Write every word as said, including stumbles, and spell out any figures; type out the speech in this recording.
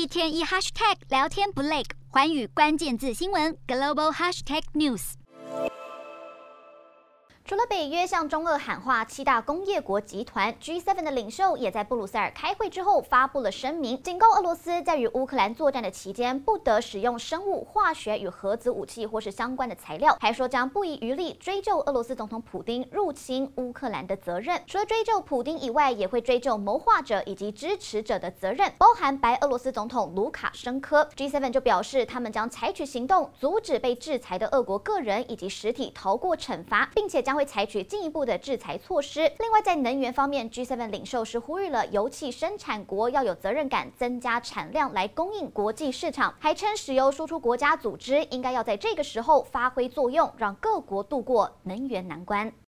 天一 hashtag 聊天不累，寰宇关键字新闻 global hashtag news。 除了北约向中俄喊话，七大工业国集团 G 七 的领袖也在布鲁塞尔开会之后发布了声明，警告俄罗斯在与乌克兰作战的期间不得使用生物、化学与核子武器或是相关的材料，还说将不遗余力追究俄罗斯总统普丁入侵乌克兰的责任。除了追究普丁以外，也会追究谋划者以及支持者的责任，包含白俄罗斯总统卢卡申科。G 七 就表示，他们将采取行动，阻止被制裁的俄国个人以及实体逃过惩罚，并且将会采取进一步的制裁措施。另外，在能源方面 ，G 七 领袖是呼吁了油气生产国要有责任感，增加产量来供应国际市场，还称石油输出国家组织应该要在这个时候发挥作用，让各国度过能源难关。